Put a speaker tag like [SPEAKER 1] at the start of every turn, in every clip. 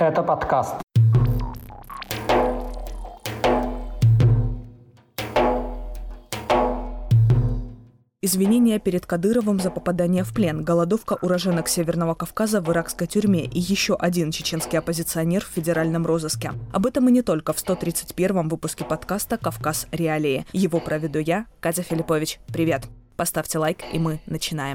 [SPEAKER 1] Это подкаст.
[SPEAKER 2] Извинения перед Кадыровым за попадание в плен, голодовка уроженок Северного Кавказа в иракской тюрьме и еще один чеченский оппозиционер в федеральном розыске. Об этом и не только в 131-м выпуске подкаста «Кавказ. Реалии». Его проведу я, Катя Филиппович. Привет! Поставьте лайк, и мы начинаем.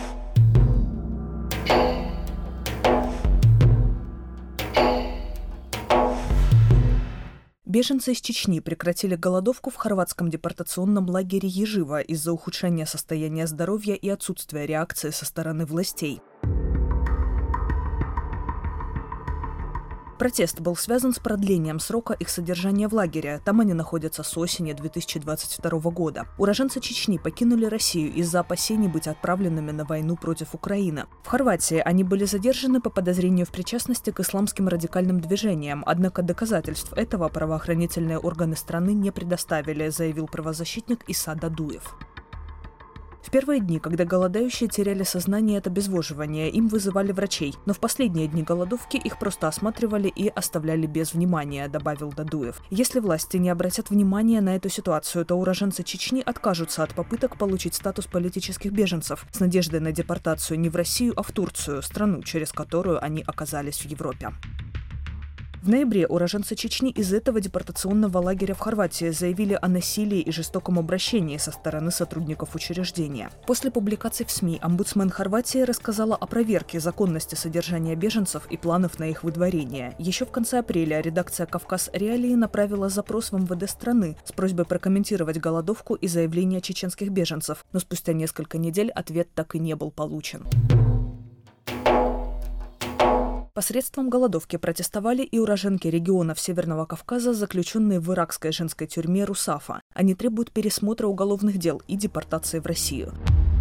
[SPEAKER 2] Беженцы из Чечни прекратили голодовку в хорватском депортационном лагере Ежива из-за ухудшения состояния здоровья и отсутствия реакции со стороны властей. Протест был связан с продлением срока их содержания в лагере. Там они находятся с осени 2022 года. Уроженцы Чечни покинули Россию из-за опасений быть отправленными на войну против Украины. В Хорватии они были задержаны по подозрению в причастности к исламским радикальным движениям, однако доказательств этого правоохранительные органы страны не предоставили, заявил правозащитник Иса Дадуев. В первые дни, когда голодающие теряли сознание от обезвоживания, им вызывали врачей, но в последние дни голодовки их просто осматривали и оставляли без внимания, добавил Дадуев. Если власти не обратят внимания на эту ситуацию, то уроженцы Чечни откажутся от попыток получить статус политических беженцев с надеждой на депортацию не в Россию, а в Турцию, страну, через которую они оказались в Европе. В ноябре уроженцы Чечни из этого депортационного лагеря в Хорватии заявили о насилии и жестоком обращении со стороны сотрудников учреждения. После публикаций в СМИ омбудсмен Хорватии рассказала о проверке законности содержания беженцев и планов на их выдворение. Еще в конце апреля редакция «Кавказ. Реалии» направила запрос в МВД страны с просьбой прокомментировать голодовку и заявления чеченских беженцев, но спустя несколько недель ответ так и не был получен. Посредством голодовки протестовали и уроженки регионов Северного Кавказа, заключенные в иракской женской тюрьме Русафа. Они требуют пересмотра уголовных дел и депортации в Россию.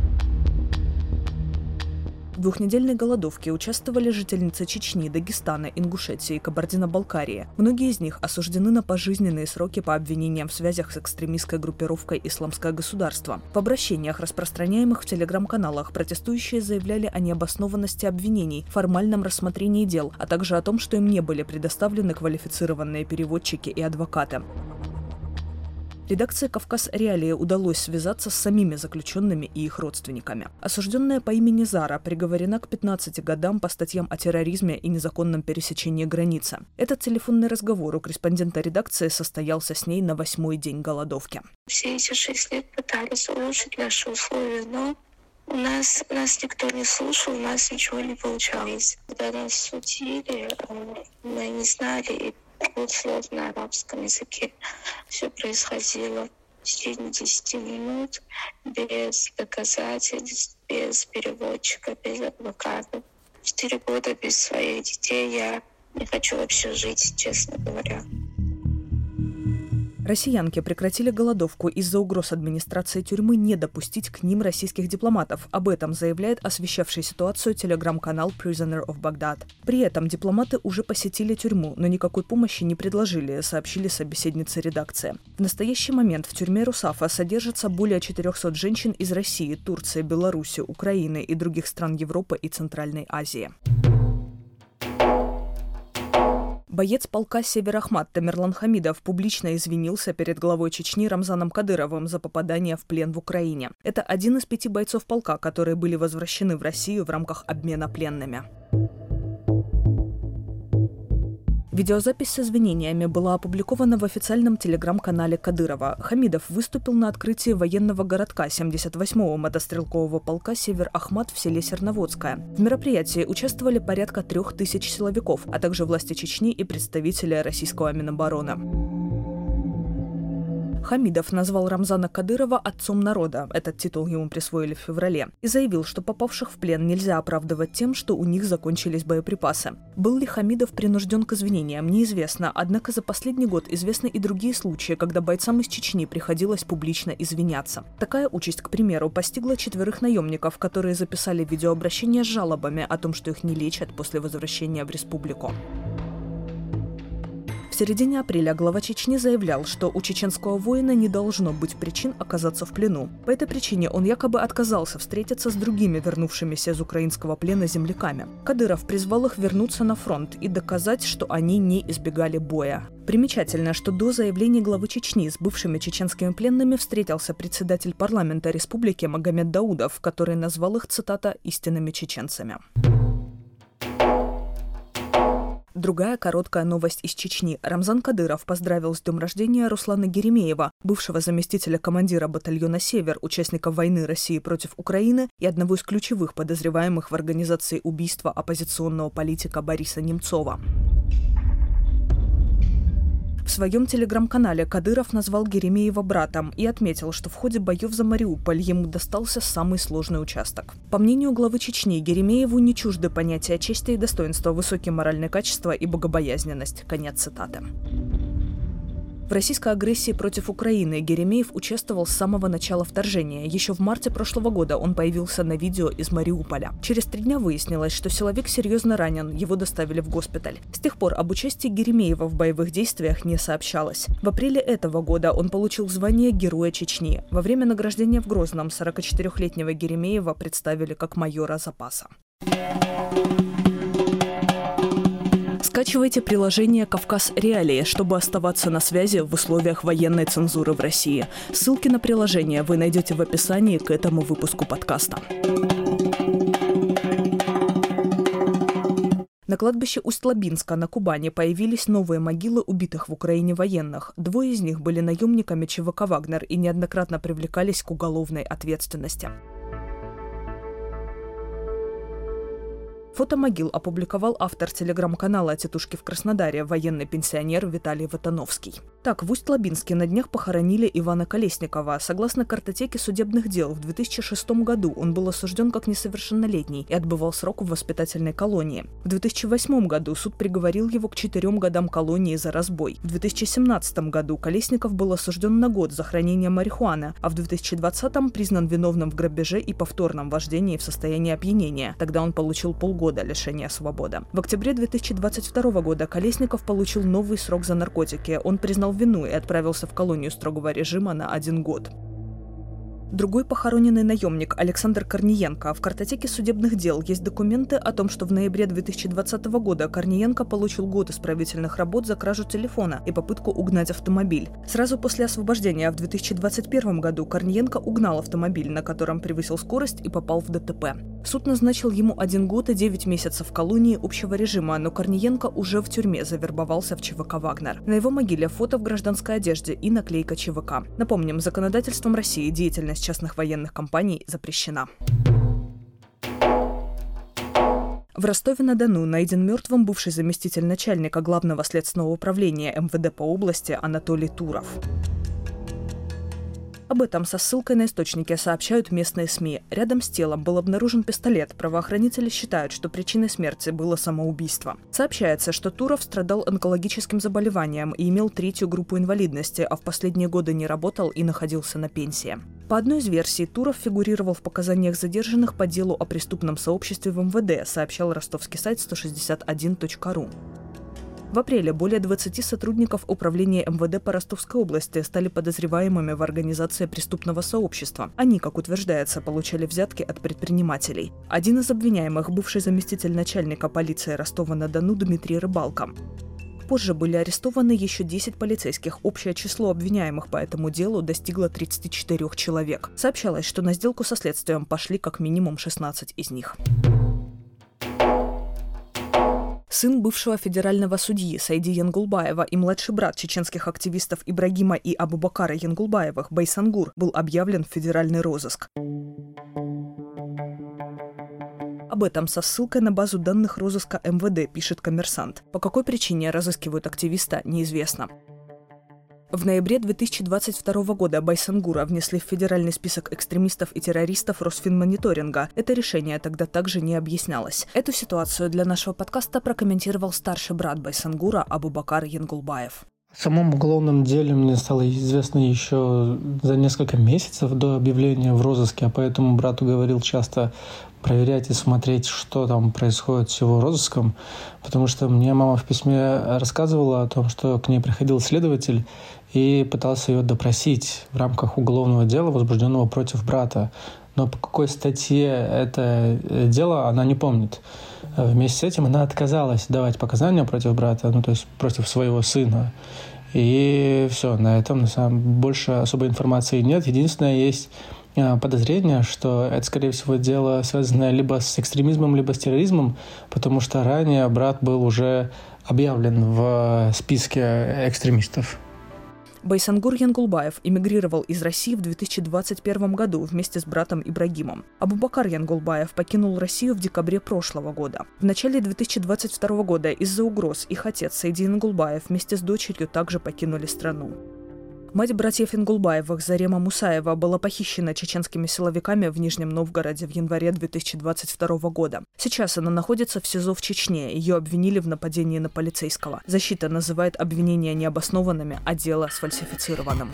[SPEAKER 2] В двухнедельной голодовке участвовали жительницы Чечни, Дагестана, Ингушетии и Кабардино-Балкарии. Многие из них осуждены на пожизненные сроки по обвинениям в связях с экстремистской группировкой «Исламское государство». В обращениях, распространяемых в телеграм-каналах, протестующие заявляли о необоснованности обвинений, формальном рассмотрении дел, а также о том, что им не были предоставлены квалифицированные переводчики и адвокаты. Редакции «Кавказ. Реалии» удалось связаться с самими заключенными и их родственниками. Осужденная по имени Зара приговорена к 15 годам по статьям о терроризме и незаконном пересечении границы. Этот телефонный разговор у корреспондента редакции состоялся с ней на 8-й день голодовки.
[SPEAKER 3] Все эти 6 лет пытались улучшить наши условия, но нас никто не слушал, у нас ничего не получалось. Когда нас судили, мы не знали двух слов на арабском языке. Все происходило в течение 10 минут, без доказательств, без переводчика, без адвоката. 4 года без своих детей я не хочу вообще жить, честно говоря.
[SPEAKER 2] Россиянки прекратили голодовку из-за угроз администрации тюрьмы не допустить к ним российских дипломатов. Об этом заявляет освещавший ситуацию телеграм-канал Prisoner of Baghdad. При этом дипломаты уже посетили тюрьму, но никакой помощи не предложили, сообщили собеседницы редакции. В настоящий момент в тюрьме Русафа содержатся более 400 женщин из России, Турции, Беларуси, Украины и других стран Европы и Центральной Азии. Боец полка «Север Ахмат» Тамерлан Хамидов публично извинился перед главой Чечни Рамзаном Кадыровым за попадание в плен в Украине. Это один из 5 бойцов полка, которые были возвращены в Россию в рамках обмена пленными. Видеозапись с извинениями была опубликована в официальном телеграм-канале Кадырова. Хамидов выступил на открытии военного городка 78-го мотострелкового полка «Север Ахмат» в селе Серноводское. В мероприятии участвовали порядка 3000 силовиков, а также власти Чечни и представители российского Минобороны. Хамидов назвал Рамзана Кадырова «отцом народа», этот титул ему присвоили в феврале, и заявил, что попавших в плен нельзя оправдывать тем, что у них закончились боеприпасы. Был ли Хамидов принужден к извинениям, неизвестно, однако за последний год известны и другие случаи, когда бойцам из Чечни приходилось публично извиняться. Такая участь, к примеру, постигла 4 наемников, которые записали видеообращение с жалобами о том, что их не лечат после возвращения в республику. В середине апреля глава Чечни заявлял, что у чеченского воина не должно быть причин оказаться в плену. По этой причине он якобы отказался встретиться с другими вернувшимися из украинского плена земляками. Кадыров призвал их вернуться на фронт и доказать, что они не избегали боя. Примечательно, что до заявления главы Чечни с бывшими чеченскими пленными встретился председатель парламента республики Магомед Даудов, который назвал их, цитата, «истинными чеченцами». Другая короткая новость из Чечни. Рамзан Кадыров поздравил с днем рождения Руслана Геремеева, бывшего заместителя командира батальона «Север», участника войны России против Украины и одного из ключевых подозреваемых в организации убийства оппозиционного политика Бориса Немцова. В своем телеграм-канале Кадыров назвал Геремеева братом и отметил, что в ходе боев за Мариуполь ему достался самый сложный участок. По мнению главы Чечни, Геремееву не чужды понятия чести и достоинства, высокие моральные качества и богобоязненность. Конец цитаты. В российской агрессии против Украины Геремеев участвовал с самого начала вторжения. Еще в марте прошлого года он появился на видео из Мариуполя. Через 3 дня выяснилось, что силовик серьезно ранен, его доставили в госпиталь. С тех пор об участии Геремеева в боевых действиях не сообщалось. В апреле этого года он получил звание Героя Чечни. Во время награждения в Грозном 44-летнего Геремеева представили как майора запаса. Скачивайте приложение «Кавказ Реалии», чтобы оставаться на связи в условиях военной цензуры в России. Ссылки на приложение вы найдете в описании к этому выпуску подкаста. На кладбище Усть-Лабинска на Кубани появились новые могилы убитых в Украине военных. 2 из них были наемниками ЧВК «Вагнер» и неоднократно привлекались к уголовной ответственности. Фото могил опубликовал автор телеграм-канала «Тетушки в Краснодаре», военный пенсионер Виталий Ватановский. Так, в Усть-Лабинске на днях похоронили Ивана Колесникова. Согласно картотеке судебных дел, в 2006 году он был осужден как несовершеннолетний и отбывал срок в воспитательной колонии. В 2008 году суд приговорил его к 4 годам колонии за разбой. В 2017 году Колесников был осужден на год за хранение марихуаны, а в 2020 признан виновным в грабеже и повторном вождении в состоянии опьянения. Тогда он получил полгода лишения свободы. В октябре 2022 года Колесников получил новый срок за наркотики. Он признал вину и отправился в колонию строгого режима на 1 год. Другой похороненный наемник Александр Корниенко. В картотеке судебных дел есть документы о том, что в ноябре 2020 года Корниенко получил год исправительных работ за кражу телефона и попытку угнать автомобиль. Сразу после освобождения в 2021 году Корниенко угнал автомобиль, на котором превысил скорость и попал в ДТП. Суд назначил ему 1 год и 9 месяцев в колонии общего режима, но Корниенко уже в тюрьме завербовался в ЧВК «Вагнер». На его могиле фото в гражданской одежде и наклейка ЧВК. Напомним, законодательством России деятельность частных военных компаний запрещена. В Ростове-на-Дону найден мертвым бывший заместитель начальника Главного следственного управления МВД по области Анатолий Туров. Об этом со ссылкой на источники сообщают местные СМИ. Рядом с телом был обнаружен пистолет. Правоохранители считают, что причиной смерти было самоубийство. Сообщается, что Туров страдал онкологическим заболеванием и имел 3-ю группу инвалидности, а в последние годы не работал и находился на пенсии. По одной из версий, Туров фигурировал в показаниях задержанных по делу о преступном сообществе в МВД, сообщал ростовский сайт 161.ru. В апреле более 20 сотрудников управления МВД по Ростовской области стали подозреваемыми в организации преступного сообщества. Они, как утверждается, получали взятки от предпринимателей. Один из обвиняемых – бывший заместитель начальника полиции Ростова-на-Дону Дмитрий Рыбалко. Позже были арестованы еще 10 полицейских. Общее число обвиняемых по этому делу достигло 34 человек. Сообщалось, что на сделку со следствием пошли как минимум 16 из них. Сын бывшего федерального судьи Саиди Янгулбаева и младший брат чеченских активистов Ибрагима и Абубакара Янгулбаевых Байсангур был объявлен в федеральный розыск. Об этом со ссылкой на базу данных розыска МВД пишет «Коммерсант». По какой причине разыскивают активиста, неизвестно. В ноябре 2022 года Байсангура внесли в федеральный список экстремистов и террористов Росфинмониторинга. Это решение тогда также не объяснялось. Эту ситуацию для нашего подкаста прокомментировал старший брат Байсангура Абубакар Янгулбаев.
[SPEAKER 1] В самом уголовном деле мне стало известно еще за несколько месяцев до объявления в розыске, а поэтому брату говорил часто проверять и смотреть, что там происходит с его розыском, потому что мне мама в письме рассказывала о том, что к ней приходил следователь и пытался ее допросить в рамках уголовного дела, возбужденного против брата. Но по какой статье это дело, она не помнит. Вместе с этим она отказалась давать показания против брата, то есть против своего сына. И все, на этом больше особой информации нет. Единственное, есть подозрение, что это, скорее всего, дело, связанное либо с экстремизмом, либо с терроризмом, потому что ранее брат был уже объявлен в списке экстремистов.
[SPEAKER 2] Байсангур Янгулбаев эмигрировал из России в 2021 году вместе с братом Ибрагимом. Абубакар Янгулбаев покинул Россию в декабре прошлого года. В начале 2022 года из-за угроз их отец Саиди Янгулбаев вместе с дочерью также покинули страну. Мать братьев Янгулбаевых Зарема Мусаева была похищена чеченскими силовиками в Нижнем Новгороде в январе 2022 года. Сейчас она находится в СИЗО в Чечне. Ее обвинили в нападении на полицейского. Защита называет обвинения необоснованными, а дело сфальсифицированным.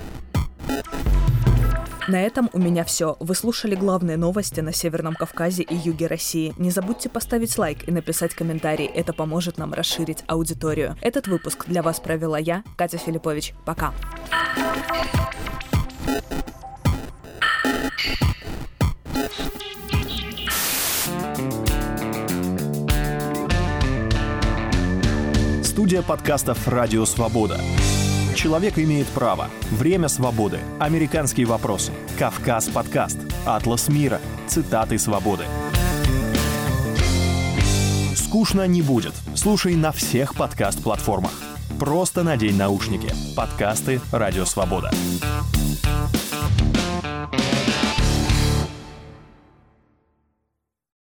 [SPEAKER 2] На этом у меня все. Вы слушали главные новости на Северном Кавказе и юге России. Не забудьте поставить лайк и написать комментарий. Это поможет нам расширить аудиторию. Этот выпуск для вас провела я, Катя Филиппович. Пока.
[SPEAKER 4] Студия подкастов «Радио Свобода». Человек имеет право. Время свободы. Американские вопросы. Кавказ подкаст. Атлас мира. Цитаты свободы. Скучно не будет. Слушай на всех подкаст-платформах. Просто надень наушники. Подкасты «Радио Свобода».